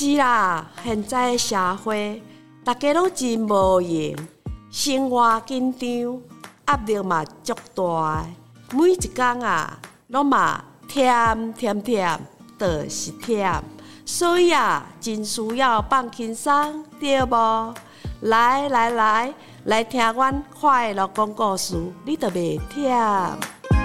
是啦，现在的社会，大家拢真无闲，生活紧张，压力嘛足大的。每一天啊，拢嘛忝，就是忝，所以啊，真需要放轻松，对无？来听阮快乐讲故事，你就袂忝。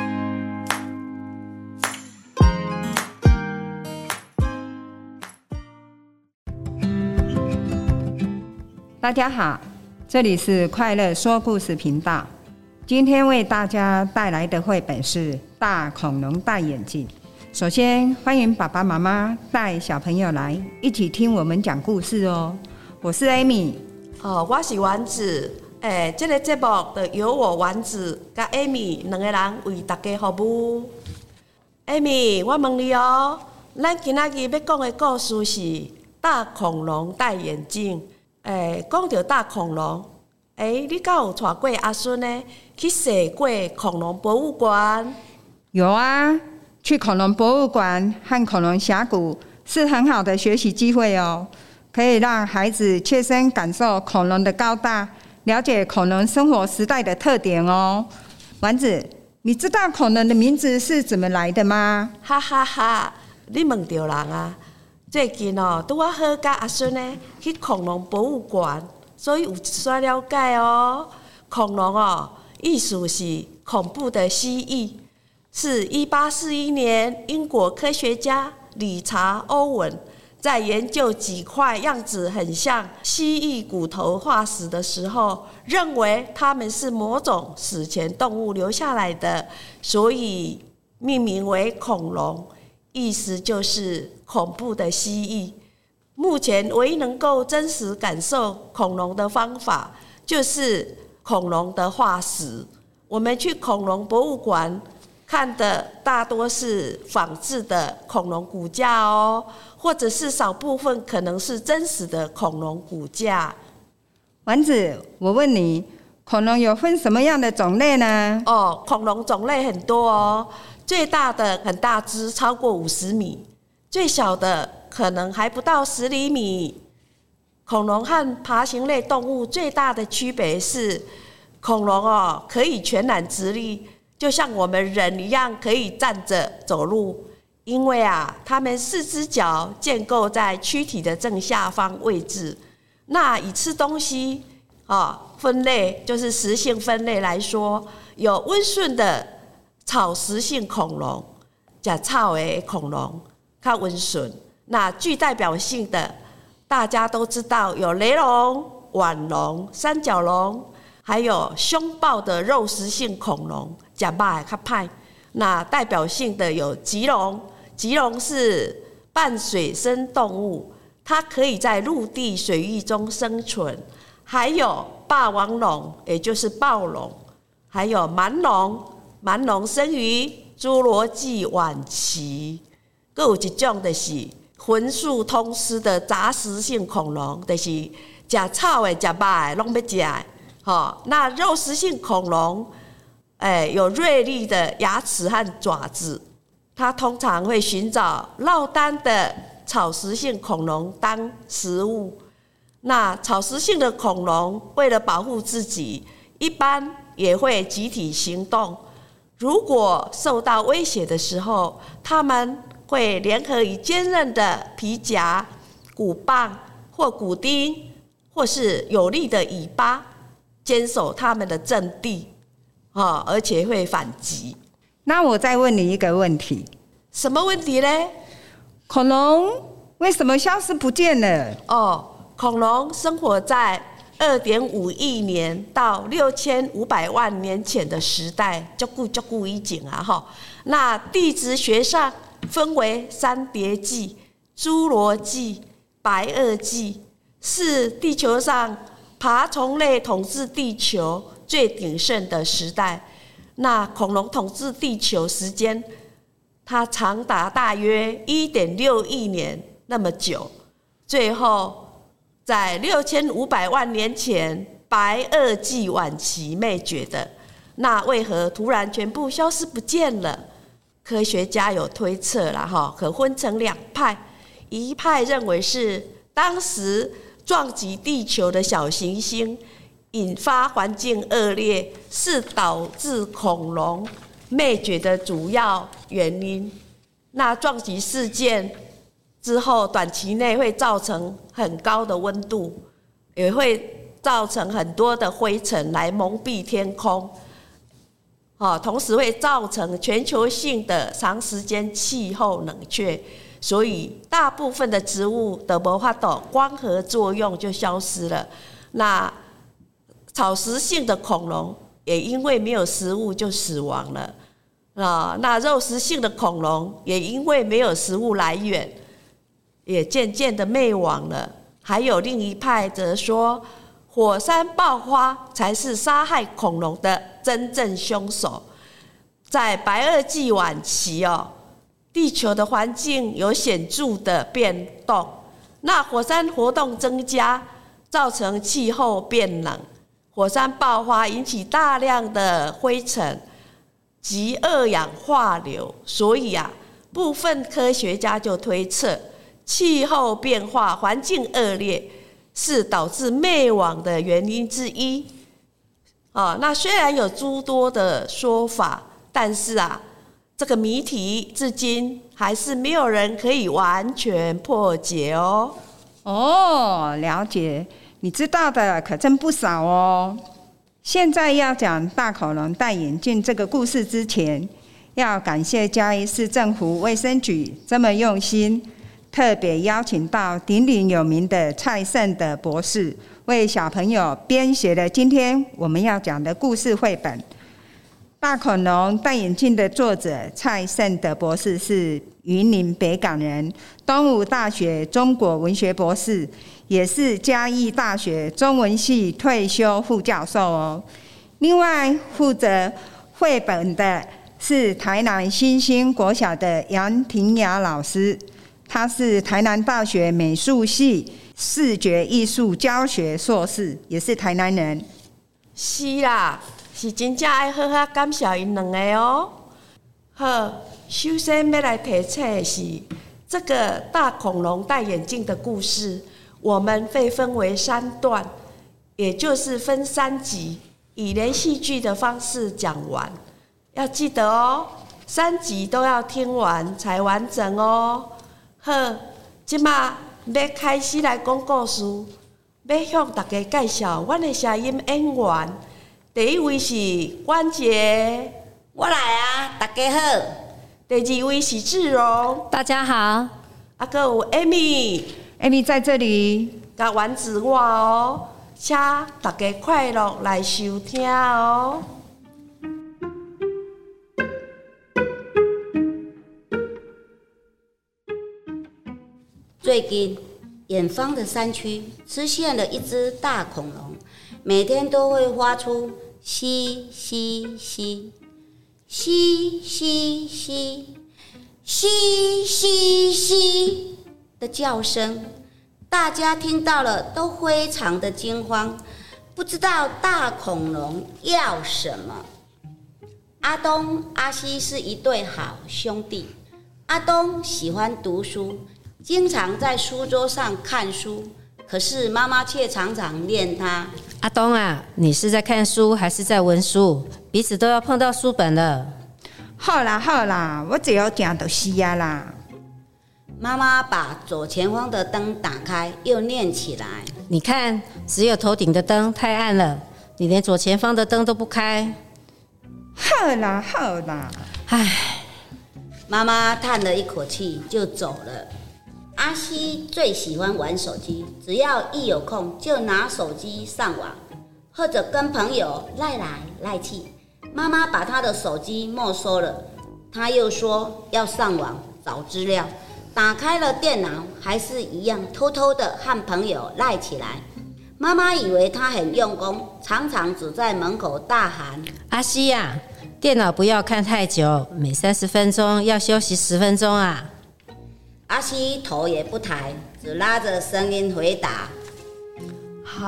大家好，这里是快乐说故事频道。今天为大家带来的绘本是《大恐龙戴眼镜》。首先，欢迎爸爸妈妈带小朋友来一起听我们讲故事哦。我是 Amy。 我是丸子。这个节目就由我丸子跟 Amy 两个人为大家服务。Amy， 我问你哦，咱今仔日要讲的故事是《大恐龙戴眼镜》。讲到大恐龙，你敢有带过阿孙呢去踅过恐龙博物馆？ 有啊，去恐龙博物馆和恐龙峡谷是很好的学习机会哦，可以让孩子切身感受恐龙的高大，了解恐龙生活时代的特点哦。丸子，你知道恐龙的名字是怎么来的吗？ 哈哈哈，你问对人啊！最近哦，拄好好甲阿孙呢去恐龙博物馆，所以有一些了解哦。恐龙哦，意思是恐怖的蜥蜴，是1841年英国科学家理查·欧文在研究几块样子很像蜥蜴骨头化石的时候，认为它们是某种史前动物留下来的，所以命名为恐龙。意思就是恐怖的蜥蜴。目前唯一能够真实感受恐龙的方法，就是恐龙的化石。我们去恐龙博物馆看的大多是仿制的恐龙骨架哦，或者是少部分可能是真实的恐龙骨架。 丸子，我问你，恐龙有分什么样的种类呢？ 恐龙种类很多哦。最大的很大只，超过50米；最小的可能还不到10厘米。恐龙和爬行类动物最大的区别是，恐龙可以全然直立，就像我们人一样可以站着走路。因为它们4只脚建构在躯体的正下方位置。那以吃东西分类，就是食性分类来说，有温顺的草食性恐龙，吃草的恐龙较温顺。那具代表性的，大家都知道有雷龙、腕龙、三角龙，还有凶暴的肉食性恐龙，吃肉的较歹。那代表性的有棘龙，棘龙是半水生动物，它可以在陆地水域中生存。还有霸王龙，也就是暴龙，还有蛮龙。蛮龙生于侏罗纪晚期。还有一种就是魂术通吃的杂食性恐龙，就是吃草的、吃肉的拢要吃的。那肉食性恐龙，有锐利的牙齿和爪子，它通常会寻找落单的草食性恐龙当食物。那草食性的恐龙为了保护自己，一般也会集体行动。如果受到威胁的时候，它们会联合以坚韧的皮夹、骨棒或骨钉，或是有力的尾巴，坚守它们的阵地，而且会反击。 那我再问你一个问题。 什么问题呢？ 恐龙为什么消失不见了？ 恐龙生活在2.5亿年到6500万年前的时代，足久以前那地质学上分为3叠纪、侏罗纪、白垩纪，是地球上爬虫类统治地球最鼎盛的时代。那恐龙统治地球时间，它长达大约1.6亿年那么久，最后在6500万年前白垩纪晚期灭绝的。那为何突然全部消失不见了？科学家有推测啦，可分成2派， 一派认为是当时撞击地球的小行星引发环境恶劣，是导致恐龙灭绝的主要原因。那撞击事件之后，短期内会造成很高的温度，也会造成很多的灰尘来蒙蔽天空，同时会造成全球性的长时间气候冷却，所以大部分的植物的没法度光合作用就消失了。那草食性的恐龙也因为没有食物就死亡了。那肉食性的恐龙也因为没有食物来源，也渐渐的灭亡了。还有另一派则说，火山爆发才是杀害恐龙的真正凶手。在白垩纪晚期地球的环境有显著的变动，那火山活动增加，造成气候变冷，火山爆发引起大量的灰尘及二氧化硫，所以部分科学家就推测，气候变化、环境恶劣是导致灭亡的原因之一。那虽然有诸多的说法，但是这个谜题至今还是没有人可以完全破解哦。 了解，你知道的可真不少哦。现在要讲大恐龙戴眼镜这个故事之前，要感谢嘉义市政府卫生局这么用心，特别邀请到鼎鼎有名的蔡胜德博士，为小朋友编写了今天我们要讲的故事绘本。大恐龙戴眼镜的作者蔡胜德博士是云林北港人，东吴大学中国文学博士，也是嘉义大学中文系退休副教授哦。另外负责绘本的是台南新兴国小的杨庭雅老师，他是台南大学美术系视觉艺术教学硕士，也是台南人。 是啦，是真正要好好感谢因两个哦。好，首先要来提醒的是这个大恐龙戴眼镜的故事，我们会分为3段，也就是分3集，以连续剧的方式讲完。要记得哦，3集都要听完才完整哦。好，现在要开始来讲故事，要向大家介绍我的声音演员。第一位是关杰， 我来啊，大家好。 第2位是志荣， 大家好。 还有 Amy 在这里， 甲丸子我哦，请大家快乐来收听哦。 最近，远方的山区出现了一只大恐龙，每天都会发出嘻嘻嘻、嘻嘻嘻、嘻嘻嘻的叫声，大家听到了都非常的惊慌，不知道大恐龙要什么。阿东、阿西是一对好兄弟，阿东喜欢读书，经常在书桌上看书，可是妈妈却常常念他。 阿东啊，你是在看书还是在闻书？彼此都要碰到书本了。 好啦，我只要讲就是啦。 妈妈把左前方的灯打开，又念起来。 你看，只有头顶的灯太暗了，你连左前方的灯都不开。 好啦， 唉， 妈妈叹了一口气就走了。阿西最喜欢玩手机，只要一有空就拿手机上网，或者跟朋友赖来赖去。妈妈把他的手机没收了，他又说要上网找资料，打开了电脑，还是一样偷偷的和朋友赖起来。妈妈以为他很用功，常常只在门口大喊： 阿西呀，电脑不要看太久，每30分钟要休息10分钟啊。 阿西头也不抬，只拉着声音回答：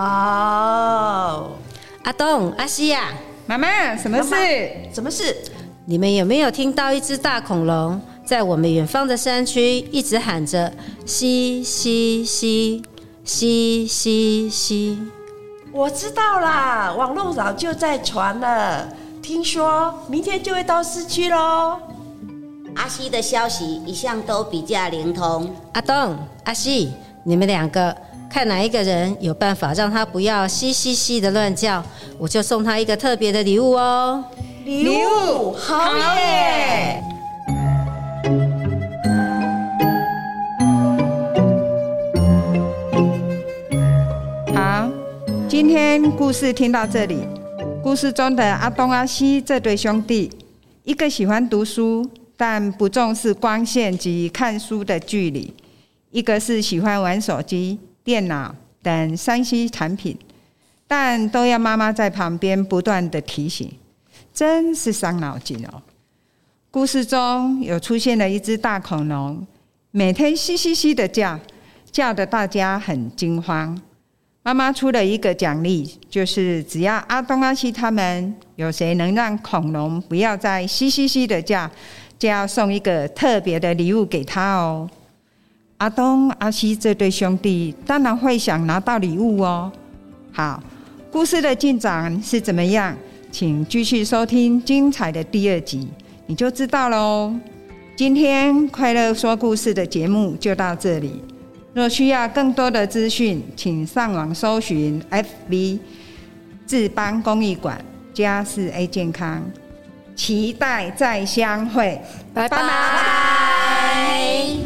好。 阿东、阿西呀， 妈妈，什么事？ 什么事？ 你们有没有听到一只大恐龙在我们远方的山区一直喊着嘻嘻嘻嘻嘻嘻？ 我知道啦，网络早就在传了，听说明天就会到市区咯。 阿西的消息一向都比较灵通。 阿东、阿西，你们两个看哪一个人有办法让他不要嘻嘻嘻的乱叫，我就送他一个特别的礼物哦。 礼物好耶！ 好，今天故事听到这里。故事中的阿东、阿西这对兄弟，一个喜欢读书，但不重视光线及看书的距离；一个是喜欢玩手机、电脑等3C 产品，但都要妈妈在旁边不断的提醒，真是伤脑筋哦。故事中有出现了一只大恐龙，每天嘻嘻嘻的叫，叫得大家很惊慌。妈妈出了一个奖励，就是只要阿东、阿西他们有谁能让恐龙不要再嘻嘻嘻的叫，就要送一个特别的礼物给他哦。阿东、阿西这对兄弟当然会想拿到礼物哦。好，故事的进展是怎么样？请继续收听精彩的第2集，你就知道喽。今天快乐说故事的节目就到这里。若需要更多的资讯，请上网搜寻 FB 智邦公益馆家事 A 健康，期待再相会， 拜拜。 拜拜。